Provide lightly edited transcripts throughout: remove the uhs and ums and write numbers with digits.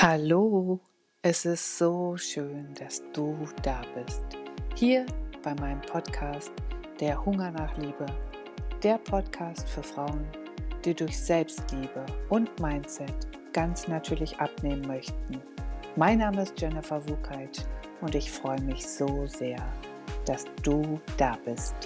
Hallo, es ist so schön, dass du da bist. Hier bei meinem Podcast Der Hunger nach Liebe. Der Podcast für Frauen, die durch Selbstliebe und Mindset ganz natürlich abnehmen möchten. Mein Name ist Jennifer Wukait und ich freue mich so sehr, dass du da bist.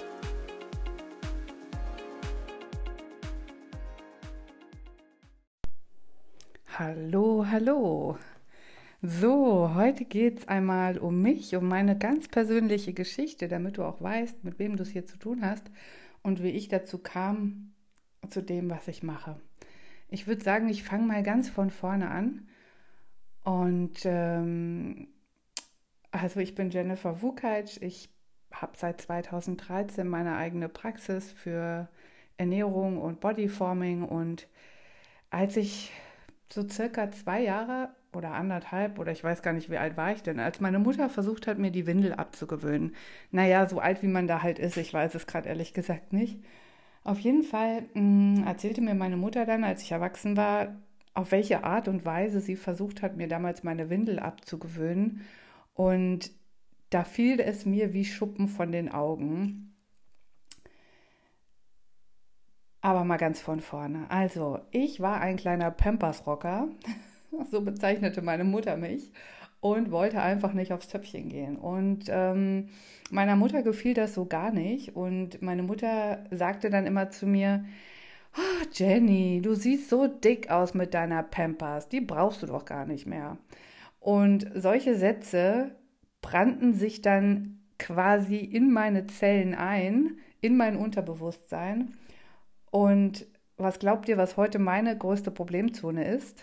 Hallo. So, heute geht es einmal um mich, um meine ganz persönliche Geschichte, damit du auch weißt, mit wem du es hier zu tun hast und wie ich dazu kam, zu dem, was ich mache. Ich würde sagen, ich fange mal ganz von vorne an. Und also ich bin Jennifer Wukait. Ich habe seit 2013 meine eigene Praxis für Ernährung und Bodyforming. Und als ich so circa 2 Jahre oder anderthalb, oder ich weiß gar nicht, wie alt war ich denn, als meine Mutter versucht hat, mir die Windel abzugewöhnen. Naja, so alt wie man da halt ist, ich weiß es gerade ehrlich gesagt nicht. Auf jeden Fall erzählte mir meine Mutter dann, als ich erwachsen war, auf welche Art und Weise sie versucht hat, mir damals meine Windel abzugewöhnen. Und da fiel es mir wie Schuppen von den Augen. Aber mal ganz von vorne. Also, ich war ein kleiner Pampers-Rocker, so bezeichnete meine Mutter mich, und wollte einfach nicht aufs Töpfchen gehen. Und meiner Mutter gefiel das so gar nicht. Und meine Mutter sagte dann immer zu mir: "Oh, Jenny, du siehst so dick aus mit deiner Pampers, die brauchst du doch gar nicht mehr." Und solche Sätze brannten sich dann quasi in meine Zellen ein, in mein Unterbewusstsein. Und was glaubt ihr, was heute meine größte Problemzone ist?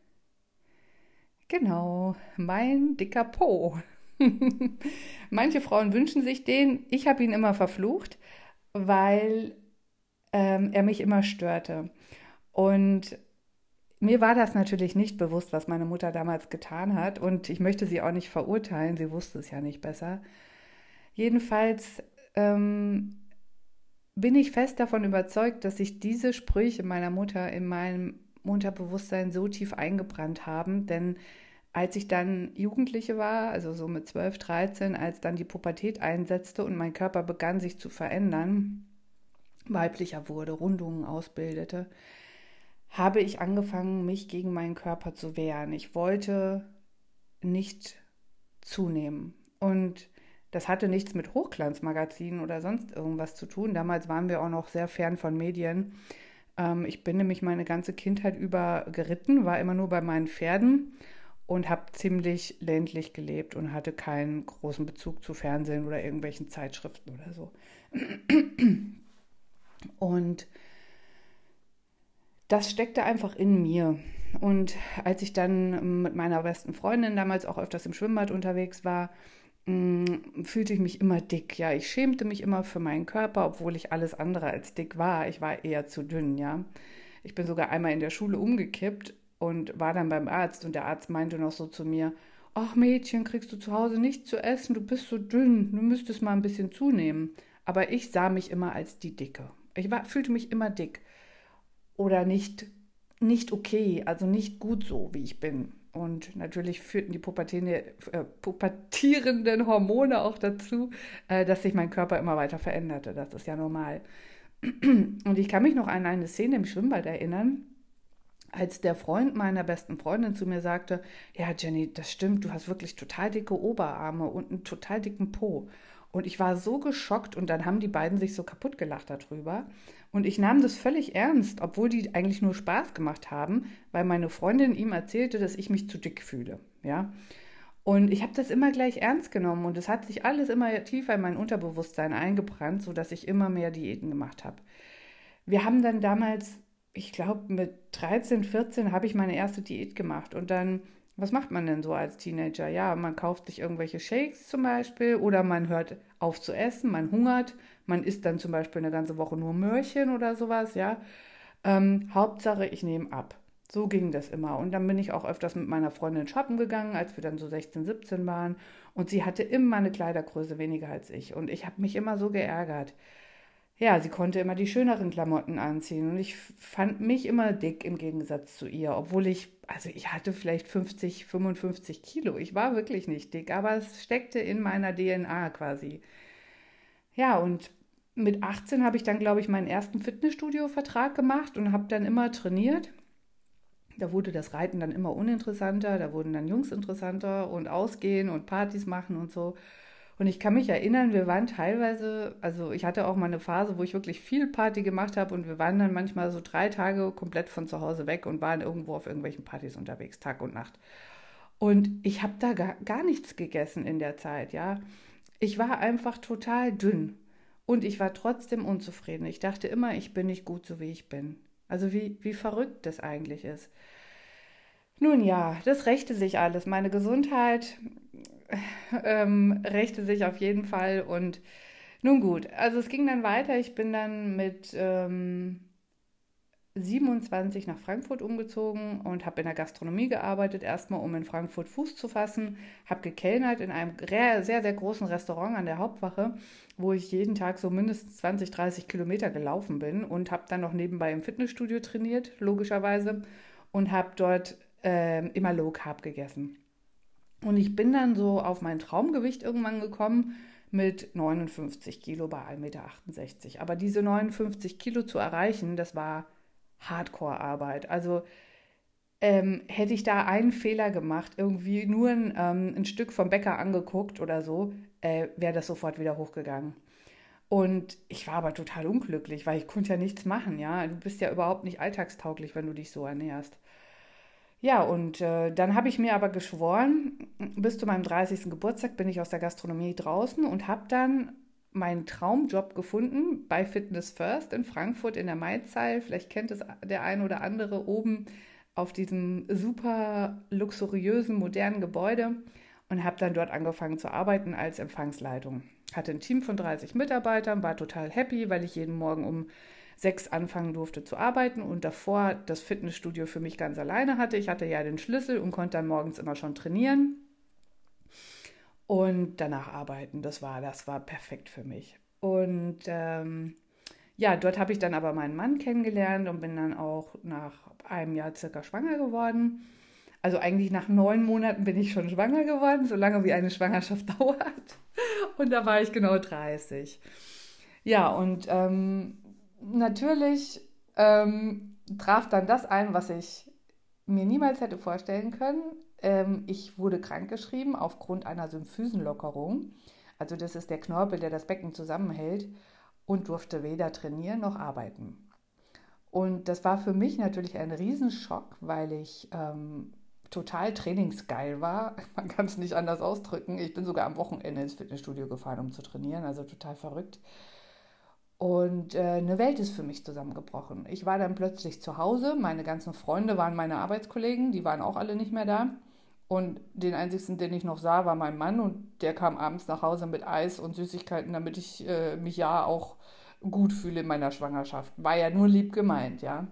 Genau, mein dicker Po. Manche Frauen wünschen sich den, ich habe ihn immer verflucht, weil er mich immer störte. Und mir war das natürlich nicht bewusst, was meine Mutter damals getan hat. Und ich möchte sie auch nicht verurteilen, sie wusste es ja nicht besser. Jedenfalls bin ich fest davon überzeugt, dass sich diese Sprüche meiner Mutter in meinem Unterbewusstsein so tief eingebrannt haben. Denn als ich dann Jugendliche war, also so mit 12, 13, als dann die Pubertät einsetzte und mein Körper begann sich zu verändern, weiblicher wurde, Rundungen ausbildete, habe ich angefangen, mich gegen meinen Körper zu wehren. Ich wollte nicht zunehmen. Und das hatte nichts mit Hochglanzmagazinen oder sonst irgendwas zu tun. Damals waren wir auch noch sehr fern von Medien. Ich bin nämlich meine ganze Kindheit über geritten, war immer nur bei meinen Pferden und habe ziemlich ländlich gelebt und hatte keinen großen Bezug zu Fernsehen oder irgendwelchen Zeitschriften oder so. Und das steckte einfach in mir. Und als ich dann mit meiner besten Freundin damals auch öfters im Schwimmbad unterwegs war, fühlte ich mich immer dick. Ja, ich schämte mich immer für meinen Körper, obwohl ich alles andere als dick war. Ich war eher zu dünn, ja. Ich bin sogar einmal in der Schule umgekippt und war dann beim Arzt und der Arzt meinte noch so zu mir: "Ach Mädchen, kriegst du zu Hause nichts zu essen? Du bist so dünn, du müsstest mal ein bisschen zunehmen." Aber ich sah mich immer als die Dicke. Fühlte mich immer dick oder nicht okay, also nicht gut so, wie ich bin. Und natürlich führten die pubertierenden Hormone auch dazu, dass sich mein Körper immer weiter veränderte. Das ist ja normal. Und ich kann mich noch an eine Szene im Schwimmbad erinnern, als der Freund meiner besten Freundin zu mir sagte: "Ja, Jenny, das stimmt, du hast wirklich total dicke Oberarme und einen total dicken Po." Und ich war so geschockt und dann haben die beiden sich so kaputt gelacht darüber. Und ich nahm das völlig ernst, obwohl die eigentlich nur Spaß gemacht haben, weil meine Freundin ihm erzählte, dass ich mich zu dick fühle. Ja? Und ich habe das immer gleich ernst genommen und es hat sich alles immer tiefer in mein Unterbewusstsein eingebrannt, sodass ich immer mehr Diäten gemacht habe. Wir haben dann damals, ich glaube mit 13, 14 habe ich meine erste Diät gemacht und dann, was macht man denn so als Teenager? Ja, man kauft sich irgendwelche Shakes zum Beispiel oder man hört auf zu essen, man hungert, man isst dann zum Beispiel eine ganze Woche nur Möhrchen oder sowas, ja. Hauptsache, ich nehme ab. So ging das immer. Und dann bin ich auch öfters mit meiner Freundin shoppen gegangen, als wir dann so 16, 17 waren. Und sie hatte immer eine Kleidergröße weniger als ich. Und ich habe mich immer so geärgert. ja, sie konnte immer die schöneren Klamotten anziehen und ich fand mich immer dick im Gegensatz zu ihr, obwohl also ich hatte vielleicht 50, 55 Kilo. Ich war wirklich nicht dick, aber es steckte in meiner DNA quasi. Ja, und mit 18 habe ich dann, glaube ich, meinen ersten Fitnessstudio-Vertrag gemacht und habe dann immer trainiert. Da wurde das Reiten dann immer uninteressanter, da wurden dann Jungs interessanter und ausgehen und Partys machen und so. Und ich kann mich erinnern, wir waren teilweise, also ich hatte auch mal eine Phase, wo ich wirklich viel Party gemacht habe und wir waren dann manchmal so 3 Tage komplett von zu Hause weg und waren irgendwo auf irgendwelchen Partys unterwegs, Tag und Nacht. Und ich habe da gar nichts gegessen in der Zeit, ja. Ich war einfach total dünn und ich war trotzdem unzufrieden. Ich dachte immer, ich bin nicht gut so, wie ich bin. Also wie verrückt das eigentlich ist. Nun ja, das rächte sich alles. Meine Gesundheit rächte sich auf jeden Fall. Und nun gut, also es ging dann weiter. Ich bin dann mit 27 nach Frankfurt umgezogen und habe in der Gastronomie gearbeitet, erstmal um in Frankfurt Fuß zu fassen, habe gekellnert in einem sehr, sehr großen Restaurant an der Hauptwache, wo ich jeden Tag so mindestens 20, 30 Kilometer gelaufen bin und habe dann noch nebenbei im Fitnessstudio trainiert, logischerweise, und habe dort immer Low Carb gegessen. Und ich bin dann so auf mein Traumgewicht irgendwann gekommen mit 59 Kilo bei 1,68 Meter. Aber diese 59 Kilo zu erreichen, das war Hardcore-Arbeit. Also hätte ich da einen Fehler gemacht, irgendwie nur ein Stück vom Bäcker angeguckt oder so, wäre das sofort wieder hochgegangen. Und ich war aber total unglücklich, weil ich konnte ja nichts machen, ja. Du bist ja überhaupt nicht alltagstauglich, wenn du dich so ernährst. Ja, und dann habe ich mir aber geschworen, bis zu meinem 30. Geburtstag bin ich aus der Gastronomie draußen und habe dann meinen Traumjob gefunden bei Fitness First in Frankfurt in der Maizal. Vielleicht kennt es der ein oder andere oben auf diesem super luxuriösen, modernen Gebäude und habe dann dort angefangen zu arbeiten als Empfangsleitung. Hatte ein Team von 30 Mitarbeitern, war total happy, weil ich jeden Morgen um 6 anfangen durfte zu arbeiten und davor das Fitnessstudio für mich ganz alleine hatte. Ich hatte ja den Schlüssel und konnte dann morgens immer schon trainieren und danach arbeiten. Das war perfekt für mich. Und ja, dort habe ich dann aber meinen Mann kennengelernt und bin dann auch nach einem Jahr circa schwanger geworden. Also eigentlich nach 9 Monaten bin ich schon schwanger geworden, so lange wie eine Schwangerschaft dauert. Und da war ich genau 30. Ja, und natürlich traf dann das ein, was ich mir niemals hätte vorstellen können. Ich wurde krankgeschrieben aufgrund einer Symphysenlockerung. Also das ist der Knorpel, der das Becken zusammenhält und durfte weder trainieren noch arbeiten. Und das war für mich natürlich ein Riesenschock, weil ich total trainingsgeil war. Man kann es nicht anders ausdrücken. Ich bin sogar am Wochenende ins Fitnessstudio gefahren, um zu trainieren, also total verrückt. Und eine Welt ist für mich zusammengebrochen. Ich war dann plötzlich zu Hause. Meine ganzen Freunde waren meine Arbeitskollegen, die waren auch alle nicht mehr da. Und den einzigen, den ich noch sah, war mein Mann und der kam abends nach Hause mit Eis und Süßigkeiten, damit ich mich ja auch gut fühle in meiner Schwangerschaft. War ja nur lieb gemeint, ja.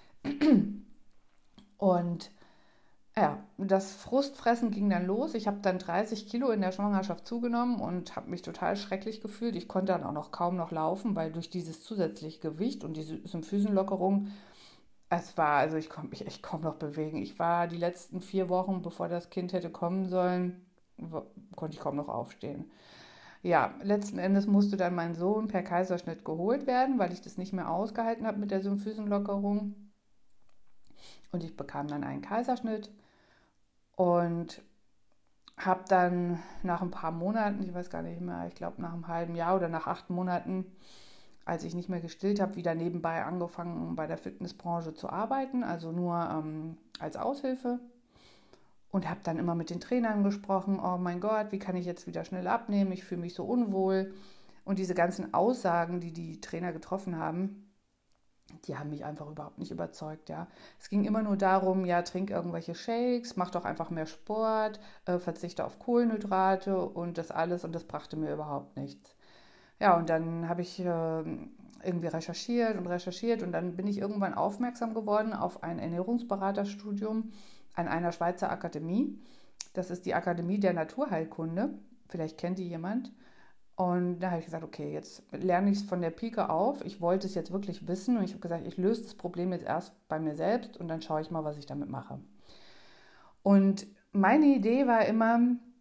Und ja, das Frustfressen ging dann los. Ich habe dann 30 Kilo in der Schwangerschaft zugenommen und habe mich total schrecklich gefühlt. Ich konnte dann auch noch kaum noch laufen, weil durch dieses zusätzliche Gewicht und diese Symphysenlockerung, also ich konnte mich echt kaum noch bewegen. Ich war die letzten 4 Wochen, bevor das Kind hätte kommen sollen, konnte ich kaum noch aufstehen. Ja, letzten Endes musste dann mein Sohn per Kaiserschnitt geholt werden, weil ich das nicht mehr ausgehalten habe mit der Symphysenlockerung. Und ich bekam dann einen Kaiserschnitt und habe dann nach ein paar Monaten, ich weiß gar nicht mehr, ich glaube nach einem halben Jahr oder nach 8 Monaten, als ich nicht mehr gestillt habe, wieder nebenbei angefangen bei der Fitnessbranche zu arbeiten, also nur als Aushilfe. Und habe dann immer mit den Trainern gesprochen, oh mein Gott, wie kann ich jetzt wieder schnell abnehmen, ich fühle mich so unwohl. Und diese ganzen Aussagen, die die Trainer getroffen haben, die haben mich einfach überhaupt nicht überzeugt, ja. Es ging immer nur darum, ja, trink irgendwelche Shakes, mach doch einfach mehr Sport, verzichte auf Kohlenhydrate und das alles und das brachte mir überhaupt nichts. Ja, und dann habe ich irgendwie recherchiert und dann bin ich irgendwann aufmerksam geworden auf ein Ernährungsberaterstudium an einer Schweizer Akademie. Das ist die Akademie der Naturheilkunde. Vielleicht kennt die jemand. Und da habe ich gesagt, okay, jetzt lerne ich es von der Pike auf. Ich wollte es jetzt wirklich wissen und ich habe gesagt, ich löse das Problem jetzt erst bei mir selbst und dann schaue ich mal, was ich damit mache. Und meine Idee war immer,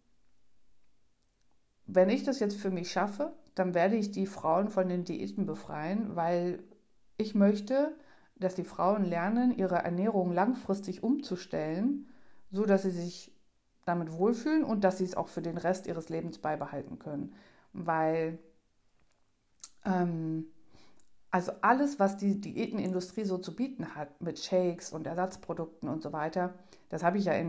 wenn ich das jetzt für mich schaffe, dann werde ich die Frauen von den Diäten befreien, weil ich möchte, dass die Frauen lernen, ihre Ernährung langfristig umzustellen, so dass sie sich damit wohlfühlen und dass sie es auch für den Rest ihres Lebens beibehalten können. Weil also alles, was die Diätenindustrie so zu bieten hat, mit Shakes und Ersatzprodukten und so weiter, das habe ich ja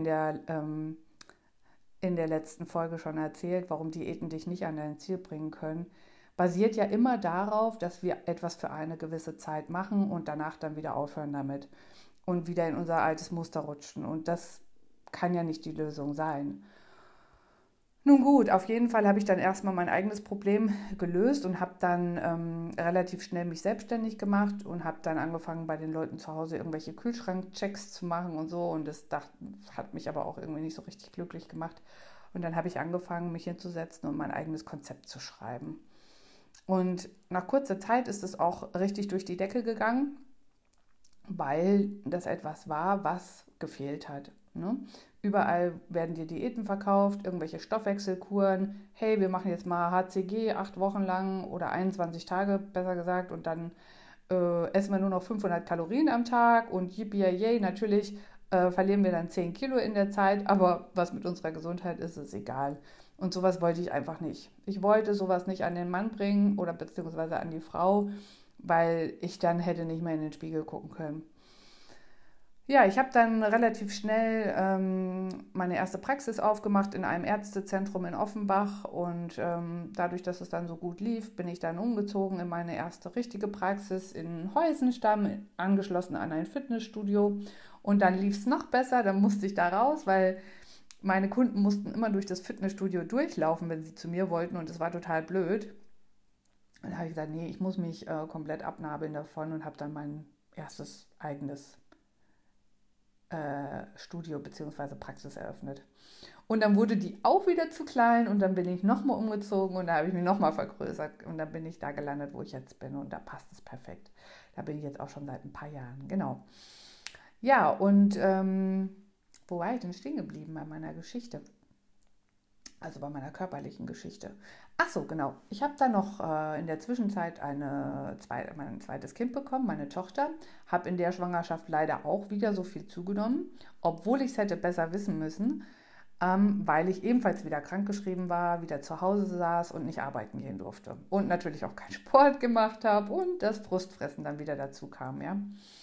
in der letzten Folge schon erzählt, warum Diäten dich nicht an dein Ziel bringen können, basiert ja immer darauf, dass wir etwas für eine gewisse Zeit machen und danach dann wieder aufhören damit und wieder in unser altes Muster rutschen. Und das kann ja nicht die Lösung sein. Nun gut, auf jeden Fall habe ich dann erstmal mein eigenes Problem gelöst und habe dann relativ schnell mich selbstständig gemacht und habe dann angefangen, bei den Leuten zu Hause irgendwelche Kühlschrankchecks zu machen und so. Und das hat mich aber auch irgendwie nicht so richtig glücklich gemacht. Und dann habe ich angefangen, mich hinzusetzen und mein eigenes Konzept zu schreiben. Und nach kurzer Zeit ist es auch richtig durch die Decke gegangen, weil das etwas war, was gefehlt hat. Ne? Überall werden dir Diäten verkauft, irgendwelche Stoffwechselkuren. Hey, wir machen jetzt mal HCG 8 Wochen lang oder 21 Tage, besser gesagt, und dann essen wir nur noch 500 Kalorien am Tag und yippie natürlich verlieren wir dann 10 Kilo in der Zeit, aber was mit unserer Gesundheit ist, ist egal. Und sowas wollte ich einfach nicht. Ich wollte sowas nicht an den Mann bringen oder beziehungsweise an die Frau, weil ich dann hätte nicht mehr in den Spiegel gucken können. Ja, ich habe dann relativ schnell meine erste Praxis aufgemacht in einem Ärztezentrum in Offenbach und dadurch, dass es dann so gut lief, bin ich dann umgezogen in meine erste richtige Praxis in Heusenstamm, angeschlossen an ein Fitnessstudio und dann lief es noch besser, dann musste ich da raus, weil meine Kunden mussten immer durch das Fitnessstudio durchlaufen, wenn sie zu mir wollten und es war total blöd. Und da habe ich gesagt, nee, ich muss mich komplett abnabeln davon und habe dann mein erstes eigenes Studio bzw. Praxis eröffnet. Und dann wurde die auch wieder zu klein und dann bin ich nochmal umgezogen und da habe ich mich nochmal vergrößert und dann bin ich da gelandet, wo ich jetzt bin und da passt es perfekt. Da bin ich jetzt auch schon seit ein paar Jahren, genau. Ja, und wo war ich denn stehen geblieben bei meiner Geschichte? Also bei meiner körperlichen Geschichte. Ach so, genau. Ich habe dann noch in der Zwischenzeit mein zweites Kind bekommen, meine Tochter. Habe in der Schwangerschaft leider auch wieder so viel zugenommen, obwohl ich es hätte besser wissen müssen, weil ich ebenfalls wieder krankgeschrieben war, wieder zu Hause saß und nicht arbeiten gehen durfte. Und natürlich auch keinen Sport gemacht habe und das Brustfressen dann wieder dazu kam, ja.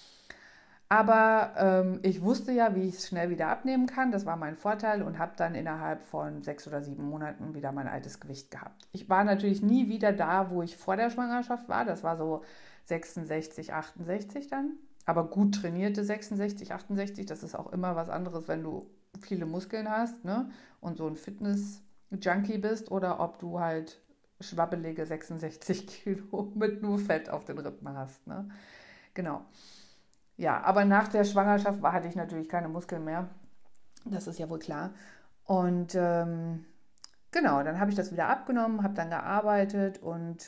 Aber ich wusste ja, wie ich es schnell wieder abnehmen kann. Das war mein Vorteil und habe dann innerhalb von 6 oder 7 Monaten wieder mein altes Gewicht gehabt. Ich war natürlich nie wieder da, wo ich vor der Schwangerschaft war. Das war so 66, 68 dann. Aber gut trainierte 66, 68. Das ist auch immer was anderes, wenn du viele Muskeln hast, ne? Und so ein Fitness-Junkie bist oder ob du halt schwabbelige 66 Kilo mit nur Fett auf den Rippen hast, ne? Genau. Ja, aber nach der Schwangerschaft hatte ich natürlich keine Muskeln mehr. Das ist ja wohl klar. Und genau, dann habe ich das wieder abgenommen, habe dann gearbeitet und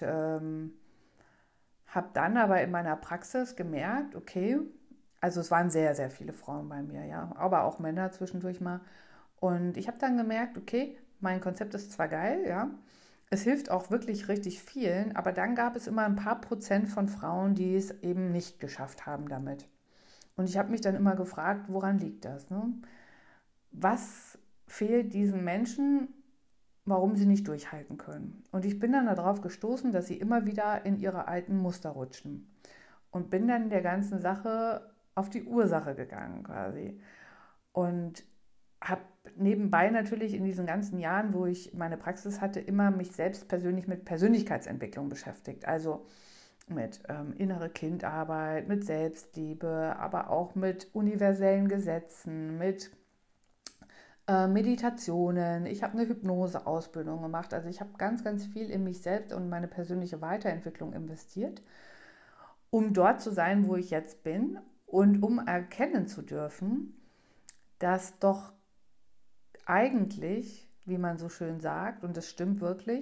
habe dann aber in meiner Praxis gemerkt, okay, also es waren sehr, sehr viele Frauen bei mir, ja, aber auch Männer zwischendurch mal. Und ich habe dann gemerkt, okay, mein Konzept ist zwar geil, ja, es hilft auch wirklich richtig vielen, aber dann gab es immer ein paar Prozent von Frauen, die es eben nicht geschafft haben damit. Und ich habe mich dann immer gefragt, woran liegt das? Ne? Was fehlt diesen Menschen, warum sie nicht durchhalten können? Und ich bin dann darauf gestoßen, dass sie immer wieder in ihre alten Muster rutschen. Und bin dann der ganzen Sache auf die Ursache gegangen quasi. Und habe nebenbei natürlich in diesen ganzen Jahren, wo ich meine Praxis hatte, immer mich selbst persönlich mit Persönlichkeitsentwicklung beschäftigt. Also mit innere Kindarbeit, mit Selbstliebe, aber auch mit universellen Gesetzen, mit Meditationen. Ich habe eine Hypnose-Ausbildung gemacht. Also ich habe ganz, ganz viel in mich selbst und meine persönliche Weiterentwicklung investiert, um dort zu sein, wo ich jetzt bin und um erkennen zu dürfen, dass doch eigentlich, wie man so schön sagt, und das stimmt wirklich,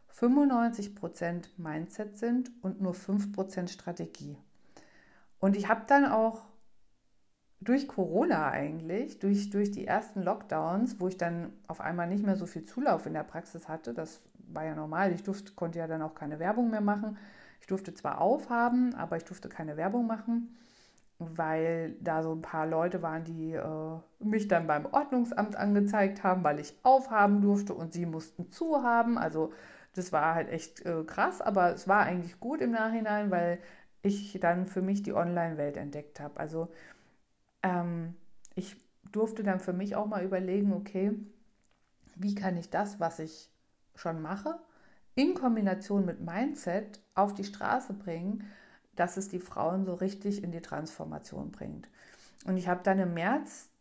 95% Mindset sind und nur 5% Strategie. Und ich habe dann auch durch Corona eigentlich, durch die ersten Lockdowns, wo ich dann auf einmal nicht mehr so viel Zulauf in der Praxis hatte, das war ja normal, konnte ja dann auch keine Werbung mehr machen. Ich durfte zwar aufhaben, aber ich durfte keine Werbung machen, weil da so ein paar Leute waren, die mich dann beim Ordnungsamt angezeigt haben, weil ich aufhaben durfte und sie mussten zuhaben. Also das war halt echt krass, aber es war eigentlich gut im Nachhinein, weil ich dann für mich die Online-Welt entdeckt habe. Also ich durfte dann für mich auch mal überlegen, okay, wie kann ich das, was ich schon mache, in Kombination mit Mindset auf die Straße bringen, dass es die Frauen so richtig in die Transformation bringt. Und ich habe dann im März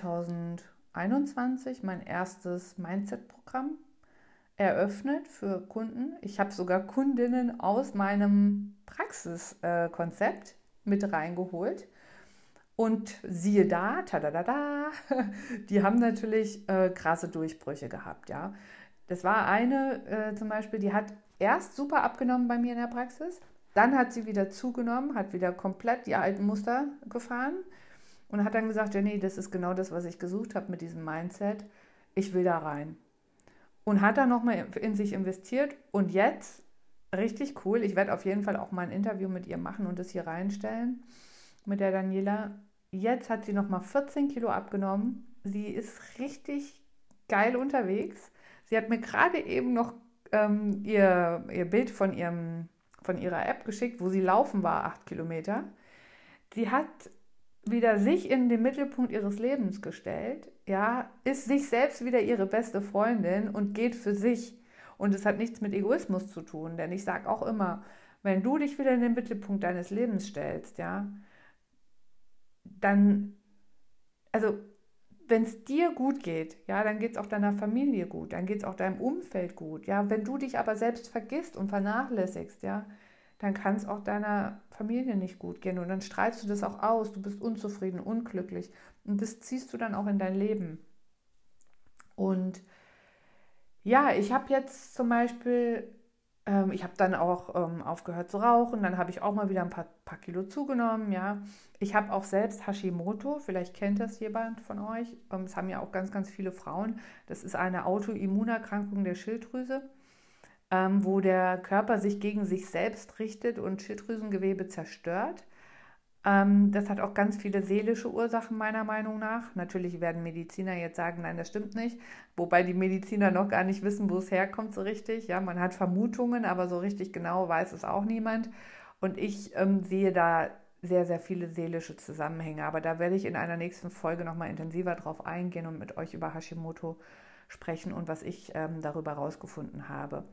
2021 mein erstes Mindset-Programm eröffnet für Kunden. Ich habe sogar Kundinnen aus meinem Praxiskonzept mit reingeholt. Und siehe da, tadadada, die haben natürlich krasse Durchbrüche gehabt, ja. Das war eine zum Beispiel, die hat erst super abgenommen bei mir in der Praxis, dann hat sie wieder zugenommen, hat wieder komplett die alten Muster gefahren und hat dann gesagt, ja nee, das ist genau das, was ich gesucht habe mit diesem Mindset, ich will da rein. Und hat dann nochmal in sich investiert und jetzt, richtig cool, ich werde auf jeden Fall auch mal ein Interview mit ihr machen und das hier reinstellen, mit der Daniela. Jetzt hat sie nochmal 14 Kilo abgenommen. Sie ist richtig geil unterwegs. Sie hat mir gerade eben noch ihr Bild von ihrer App geschickt, wo sie laufen war, 8 Kilometer. Sie hat wieder sich in den Mittelpunkt ihres Lebens gestellt, ja, ist sich selbst wieder ihre beste Freundin und geht für sich. Und es hat nichts mit Egoismus zu tun, denn ich sage auch immer, wenn du dich wieder in den Mittelpunkt deines Lebens stellst, ja, dann, also wenn es dir gut geht, ja, dann geht es auch deiner Familie gut, dann geht es auch deinem Umfeld gut, ja. Wenn du dich aber selbst vergisst und vernachlässigst, ja, dann kann es auch deiner Familie nicht gut gehen und dann strahlst du das auch aus, du bist unzufrieden, unglücklich und das ziehst du dann auch in dein Leben. Und ja, ich habe jetzt zum Beispiel, ich habe dann auch aufgehört zu rauchen, dann habe ich auch mal wieder ein paar Kilo zugenommen, ja. Ich habe auch selbst Hashimoto, vielleicht kennt das jemand von euch. Das haben ja auch ganz, ganz viele Frauen. Das ist eine Autoimmunerkrankung der Schilddrüse, wo der Körper sich gegen sich selbst richtet und Schilddrüsengewebe zerstört. Das hat auch ganz viele seelische Ursachen meiner Meinung nach. Natürlich werden Mediziner jetzt sagen, nein, das stimmt nicht. Wobei die Mediziner noch gar nicht wissen, wo es herkommt so richtig. Ja, man hat Vermutungen, aber so richtig genau weiß es auch niemand. Und ich sehe da sehr, sehr viele seelische Zusammenhänge. Aber da werde ich in einer nächsten Folge nochmal intensiver drauf eingehen und mit euch über Hashimoto sprechen und was ich darüber rausgefunden habe.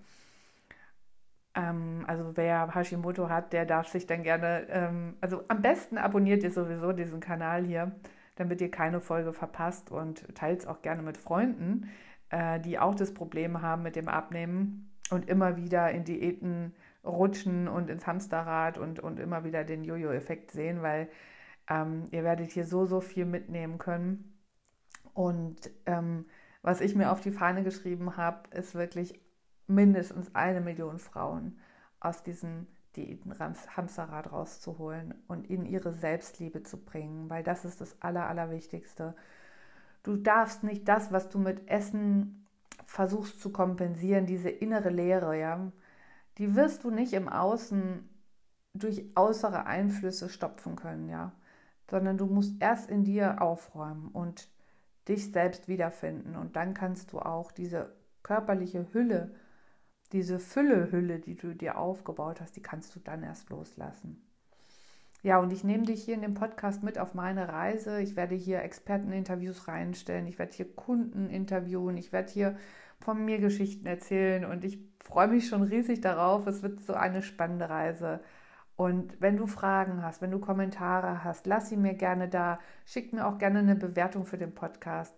Also wer Hashimoto hat, der darf sich dann gerne, also am besten abonniert ihr sowieso diesen Kanal hier, damit ihr keine Folge verpasst und teilt es auch gerne mit Freunden, die auch das Problem haben mit dem Abnehmen und immer wieder in Diäten rutschen und ins Hamsterrad und immer wieder den Jojo-Effekt sehen, weil ihr werdet hier so, so viel mitnehmen können. Und was ich mir auf die Fahne geschrieben habe, ist wirklich mindestens 1 Million Frauen aus diesem Diäten-Hamsterrad rauszuholen und in ihre Selbstliebe zu bringen, weil das ist das Allerwichtigste. Du darfst nicht das, was du mit Essen versuchst zu kompensieren, diese innere Leere, ja, die wirst du nicht im Außen durch äußere Einflüsse stopfen können, ja, sondern du musst erst in dir aufräumen und dich selbst wiederfinden und dann kannst du auch diese körperliche Hülle, diese Füllehülle, die du dir aufgebaut hast, die kannst du dann erst loslassen. Ja, und ich nehme dich hier in dem Podcast mit auf meine Reise. Ich werde hier Experteninterviews reinstellen, ich werde hier Kunden interviewen, ich werde hier von mir Geschichten erzählen und ich freue mich schon riesig darauf. Es wird so eine spannende Reise. Und wenn du Fragen hast, wenn du Kommentare hast, lass sie mir gerne da. Schick mir auch gerne eine Bewertung für den Podcast.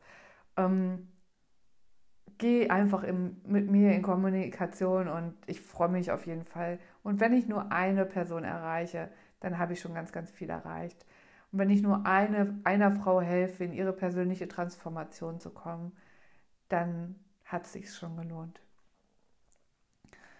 Geh einfach mit mir in Kommunikation und ich freue mich auf jeden Fall. Und wenn ich nur eine Person erreiche, dann habe ich schon ganz, ganz viel erreicht. Und wenn ich nur einer Frau helfe, in ihre persönliche Transformation zu kommen, dann hat es sich schon gelohnt.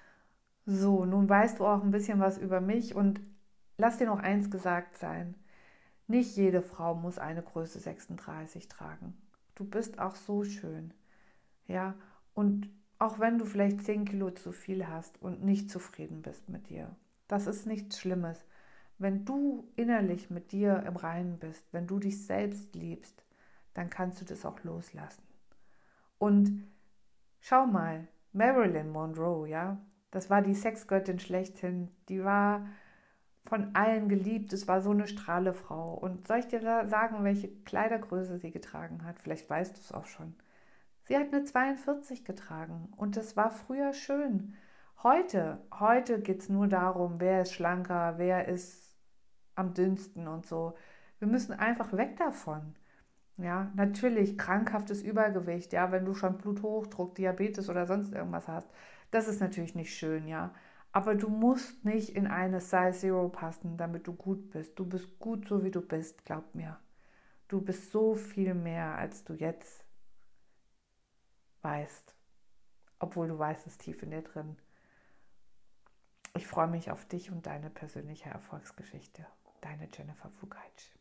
So, nun weißt du auch ein bisschen was über mich und lass dir noch eins gesagt sein. Nicht jede Frau muss eine Größe 36 tragen. Du bist auch so schön, ja. Und auch wenn du vielleicht 10 Kilo zu viel hast und nicht zufrieden bist mit dir, das ist nichts Schlimmes. Wenn du innerlich mit dir im Reinen bist, wenn du dich selbst liebst, dann kannst du das auch loslassen. Und schau mal, Marilyn Monroe, ja, das war die Sexgöttin schlechthin. Die war von allen geliebt. Es war so eine Strahlefrau. Und soll ich dir da sagen, welche Kleidergröße sie getragen hat? Vielleicht weißt du es auch schon. Sie hat eine 42 getragen und das war früher schön. Heute geht es nur darum, wer ist schlanker, wer ist am dünnsten und so. Wir müssen einfach weg davon. Ja, natürlich krankhaftes Übergewicht, ja, wenn du schon Bluthochdruck, Diabetes oder sonst irgendwas hast. Das ist natürlich nicht schön, ja. Aber du musst nicht in eine Size Zero passen, damit du gut bist. Du bist gut so, wie du bist, glaub mir. Du bist so viel mehr, als du jetzt weißt. Obwohl du weißt es tief in dir drin. Ich freue mich auf dich und deine persönliche Erfolgsgeschichte. Deine Jennifer Fugaitsch.